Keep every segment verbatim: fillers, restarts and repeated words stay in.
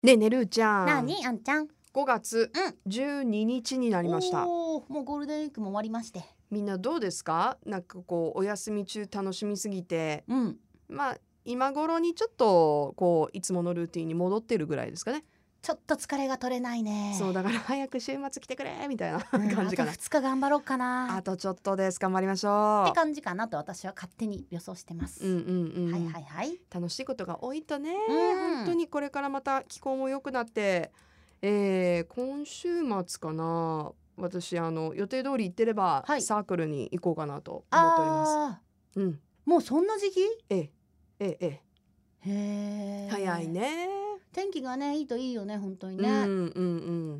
ねえねるーちゃん、 なにあんちゃん。 ごがつじゅうににちになりました。 おー、もうゴールデンウィークも終わりまして。 みんなどうですか？なんかこうお休み中楽しみすぎて、 うん。 まあ今頃にちょっとこういつものルーティンに戻ってるぐらいですかね。 ちょっと疲れが取れないね。 そうだから早く週末来てくれみたいなうん感じかな。 あとふつか頑張ろうかなあとちょっとです。頑張りましょう。 って感じかなと私は勝手に予想してます。 うんうんうん。 はいはいはい。 楽しいことが多いとね、 うん本当にこれからまた気候も良くなって、えー、今週末かな、私あの予定通り行ってれば、 はいサークルに行こうかなと思っております。 あうん、 ー、もうそんな時期？ えええええへえ、 ー。 早いね。 天気がねいいといいよね本当にうんうね。 んうん。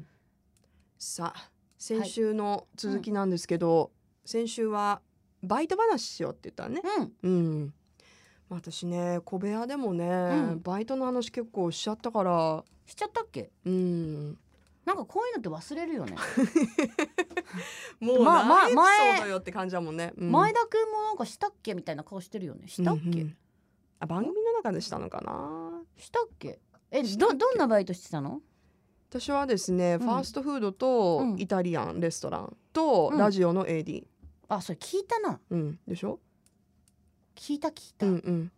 さあ先週の続きなんですけど、先週はバイト話しようって言ったね。 うん。 うん私ね小部屋でもね、 んバイトの話結構しちゃったから、 しちゃったっけ？ うんなんかこういうのって忘れるよね。 もうま何エピソま前ードよって感じだもんね、うん前田くんもなんかしたっけみたいな顔してるよね。したっけ？ うんうんあ番組の中でしたのかな。 したっけ？えしたっけどどんなバイトしてたの？ 私はですね、 んファーストフードとうんイタリアンレストランとうんラジオの エーディー、 あ、それ聞いたな。 うんでしょ。 聞いた聞いた。 うんうん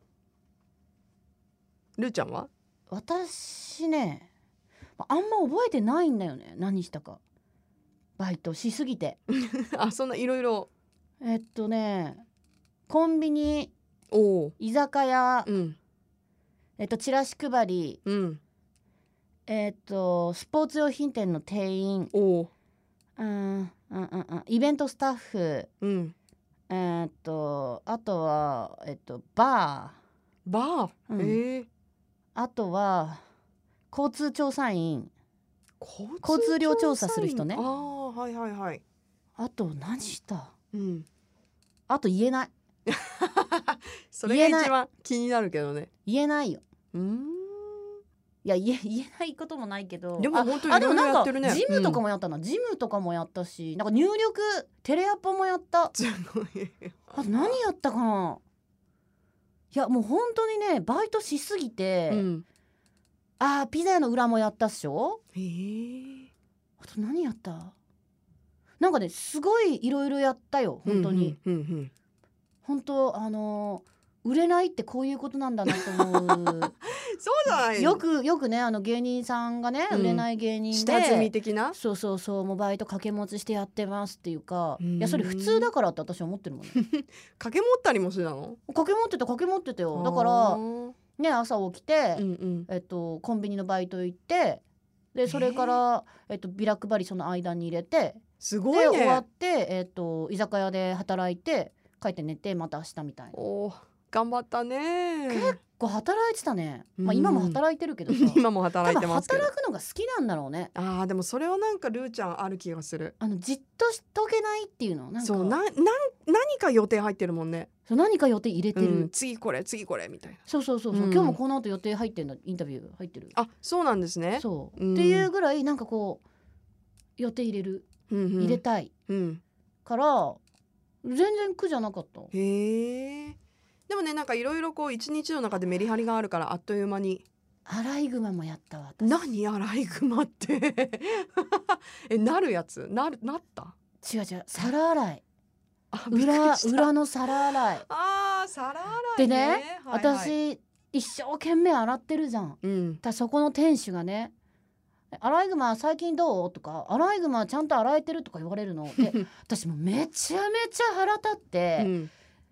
ルーちゃんは私ね、あんま覚えてないんだよね。何したか。バイトしすぎて。 あそんないろいろ。 えっとね、コンビニ、 おお居酒屋、 うんえっとチラシ配り、 うんえっとスポーツ用品店の店員、 おおうんうんうんうんイベントスタッフ、 うんえっとあとはえっとババー、 うんえー、 ー、あとは交通調査員、 交交通量調査する人ねああはいはいはい。 あと何したうんあと言えないそれが一番気になるけどね。 言えないよ。 うーんいや言え言えないこともないけど、 でもあ本当にいろいろあでもなんかやってるね。 ジムとかもやったな、ジムとかもやったし、なんか入力テレアポもやった。 すごい。 あと何やったかな。いやもう本当にねバイトしすぎて、 うん、 あーピザ屋の裏もやったっしょ。 へえ。 あと何やった。なんかねすごいいろいろやったよ本当に、 うんうんうんうん、 本当あのー売れないってこういうことなんだなと思うそうじゃないよくよくねあの芸人さんがね、 うん売れない芸人で下積み的な。 そうそうそうもうバイト掛け持ちしてやってますっていうか、 うんいやそれ普通だからって私は思ってるもんね掛け持ったりもしてたの。 掛け持ってた掛け持ってたよ。だかあらーね朝起きて、 うんうんえっと、コンビニのバイト行ってでそれから、えっと、ビラ配りその間に入れてすごいで終わっね。 て、えっと、居酒屋で働いて帰って寝てまた明日みたいな。 おー頑張ったね。 結構働いてたね、まあ、 うん今も働いてるけどさ今も働いて多分ますけど。 働くのが好きなんだろうね。 あーでもそれはなんかルーちゃんある気がする。 あのじっとしとけないっていうのなんかそうななん何か予定入ってるもんね。 そう何か予定入れてる、 うん、次これ次これみたいな。 そうそうそうそう、 うん今日もこの後予定入ってんだインタビュー入ってる。 あそうなんですね。 そう、 うんっていうぐらいなんかこう予定入れる、 うんうん、 入れたいうんから全然苦じゃなかった。 へえ。でもねなんかいろいろこう一日の中でメリハリがあるからあっという間に。 アライグマもやったわ私。 何アライグマってえなるやつなるなった。 違う違う皿洗いあびっくり裏した裏の皿洗いあー皿洗でいね。 ね、 はいはい、 私一生懸命洗ってるじゃん。 うんたそこの店主がねアライグマ最近どうとかアライグマちゃんと洗えてるとか言われるので私もめちゃめちゃ腹立って、 うん、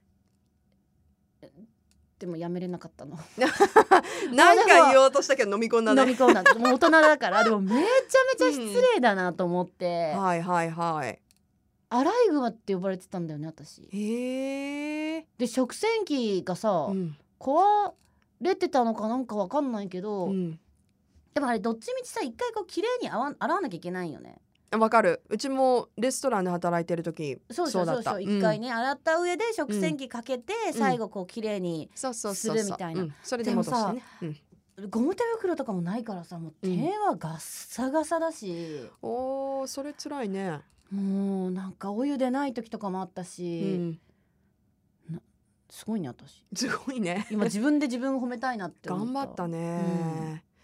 でもやめれなかったのなんか言おうとしたけど飲み込んだね。 飲み込んだもう大人だからでもめちゃめちゃ失礼だなと思って、 はいはいはいアライグマって呼ばれてたんだよね私。 へえ、 で食洗機がさ、 うん壊れてたのかなんかわかんないけど、 うん、 でもあれどっちみちさ一回こう綺麗に洗わ洗わなきゃいけないよね。 わかる。うちもレストランで働いてる時そうそうそうそう一回ね、洗った上で食洗機かけて、最後こう綺麗にそうそうそうそうするみたいなうん、それで戻してね、うん、 ゴム手袋とかもないからさもう手はガッサガサだし、 おーそれ辛いね。 もうなんかお湯でない時とかもあったし、 うんすごいね私すごいね今自分で自分を褒めたいなって思った頑張ったね、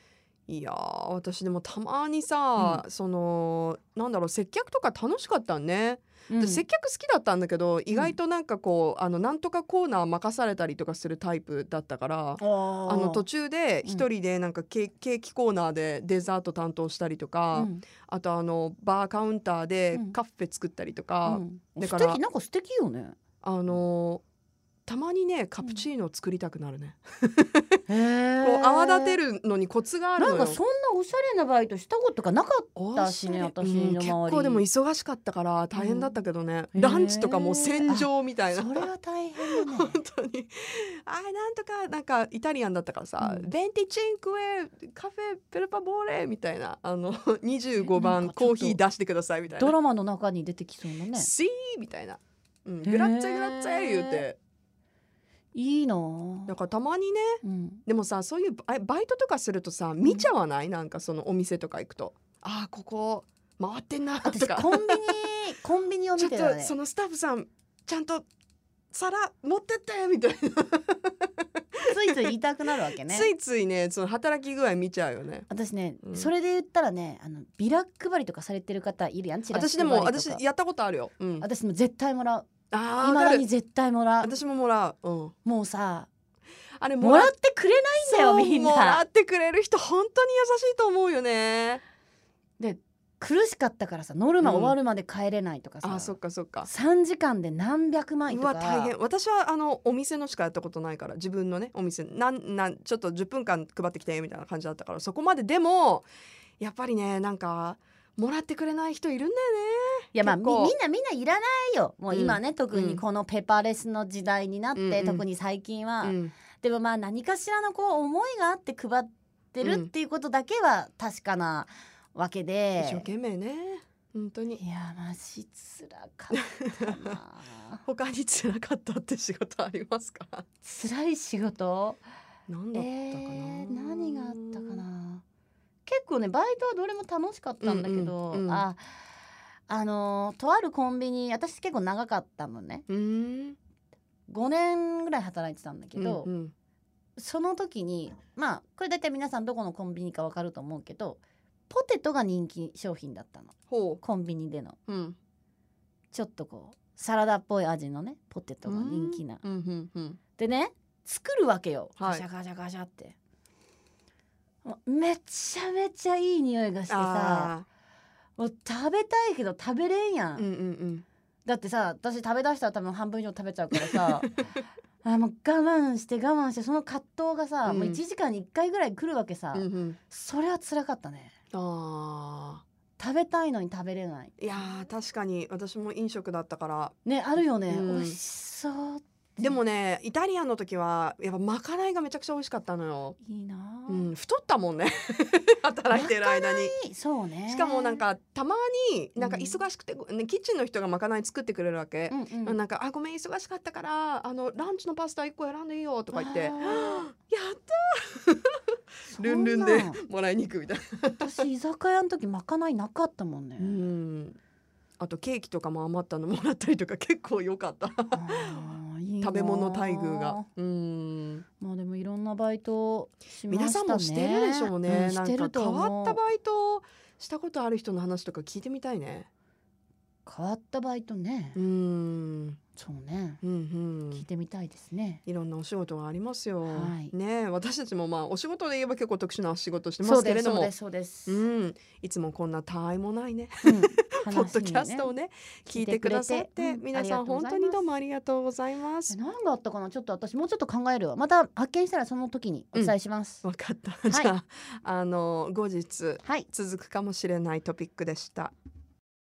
いやー私でもたまにさ、 うそのなんだろう接客とか楽しかったんね、 うんで接客好きだったんだけど意外となんかこうあのなんとかコーナー任されたりとかするタイプだったからあーあの途中で一人でなんかケーケーキコーナーでデザート担当したりとか、 うんあとあのバーカウンターでうんカフェ作ったりとうか、 んだから素敵なんか素敵よね。 あのたまにねカプチーノ作りたくなるね、 へーこう泡立てるのにコツがあるのよ。 なんかそんなおしゃれなバイトしたことがなかったしね、私の周り、 うん結構でも忙しかったから大変だったけどね、 うんランチとかもう戦場みたいなそれは大変だね本当にあれなんとかなんかイタリアンだったからさ、 うんベンティチンクエカフェペルパボーレみたいなあのにじゅうごばんなんかちょっとコーヒー出してくださいみたいなドラマの中に出てきそうなね。 シーみたいな、うん、 へーグラッツェグラッツェ言うていいなぁだからたまにねうんでもさそういうババイトとかするとさ見ちゃわない、なんかそのお店とか行くとあーここ回ってんなとか私コンビニコンビニをちょ見たね。 ってとそのスタッフさんちゃんと皿持ってってみたいな、 ついつい言いたくなるわけね。 ついついねその働き具合見ちゃうよね。 私ね、 うんそれで言ったらね、あのビラ配りとかされてる方いるやん。チラシ私でも配りとか私やったことあるよ、うん、 私も絶対もらう。 あー未わかるだに絶対もらう。 私ももらう、うん、 もうさ、 あれもらってくれないんだよそうみんもらな。 ってくれる人本当に優しいと思うよね。 で苦しかったからさ、ノルマ終わるまで帰れないとかさ、 あそっかそっかさんじかんで何百万円うとか。 わ大変。私はあのお店のしかやったことないから自分のねお店なんなんちょっとじゅっぷんかん配ってきてみたいな感じだったからそこまででもやっぱりねなんかもらってくれない人いるんだよね。 いやまあみ結構みんなみんないらないよ。もう今ね、 うん特にこのペパレスの時代になって、 うんうん特に最近は、 うんでもまあ何かしらのこう思いがあって配ってるっていうことだけは確かなわけで、 一生懸命ね本当に。 いやマジつらかったな他に辛かったって仕事ありますか？ 辛い仕事何だったかな、 えー、何があったかな。結構ねバイトはどれも楽しかったんだけど、 うんうんうんああのーとあるコンビニ、私結構長かったのね。 うーんごねんぐらい働いてたんだけど、 うんうんその時にまあこれ大体皆さんどこのコンビニか分かると思うけど、ポテトが人気商品だったの。 ほコンビニでのう、うん、 ちょっとこうサラダっぽい味のねポテトが人気な、 うんうんうんでね作るわけよ、 はいガシャガシャガシャって、もうめちゃめちゃいい匂いがしてさ、 あもう食べたいけど食べれんやん、 ーうんうんうんだってさ私食べだしたら多分半分以上食べちゃうからさあもう我慢して我慢してその葛藤がさ、 うんもういちじかんにいっかいぐらい来るわけさ、 うんうんそれは辛かったね。 あ食べたいのに食べれないーいやー確かに私も飲食だったからね、あるよね、 うん美味しそうでもねイタリアンの時はやっぱまかないがめちゃくちゃ美味しかったのよ、 いいなあ、 うん、太ったもんね働いてる間に。 そうね。 しかもなんかたまになんかうん忙しくて、ね、キッチンの人がまかない作ってくれるわけ、 うんうんなんかあごめん忙しかったからあのランチのパスタいっこ選んでいいよとか言ってあーやったルンルンでそんなんもらいに行くみたいな。 私居酒屋の時まかないなかったもんね、 うんあとケーキとかも余ったのもらったりとか結構良かったあーいいなあ食べ物待遇が。うんまあでもいろんなバイトしましたね。 皆さんもしてるでしょうね、 んなんしてるとか変思う。 わったバイトしたことある人の話とか聞いてみたいね。 変わったバイトね、 うんそうね、 うんうん聞いてみたいですね。 いろんなお仕事がありますよ、 はいねえ私たちもまあお仕事で言えば結構特殊な仕事してまそうすけれどもですそうですそうです、 うん、いつもこんなたわいもないねうんポッドキャストをね聞いてくださって、 聞いてくれてうん皆さんありがとうございます本当にどうもありがとうございまえす。 何があったかな、ちょっと私もうちょっと考えるわ。また発見したらその時にお伝えします、 わかった、 いじゃああの後日はい続くかもしれないトピックでした。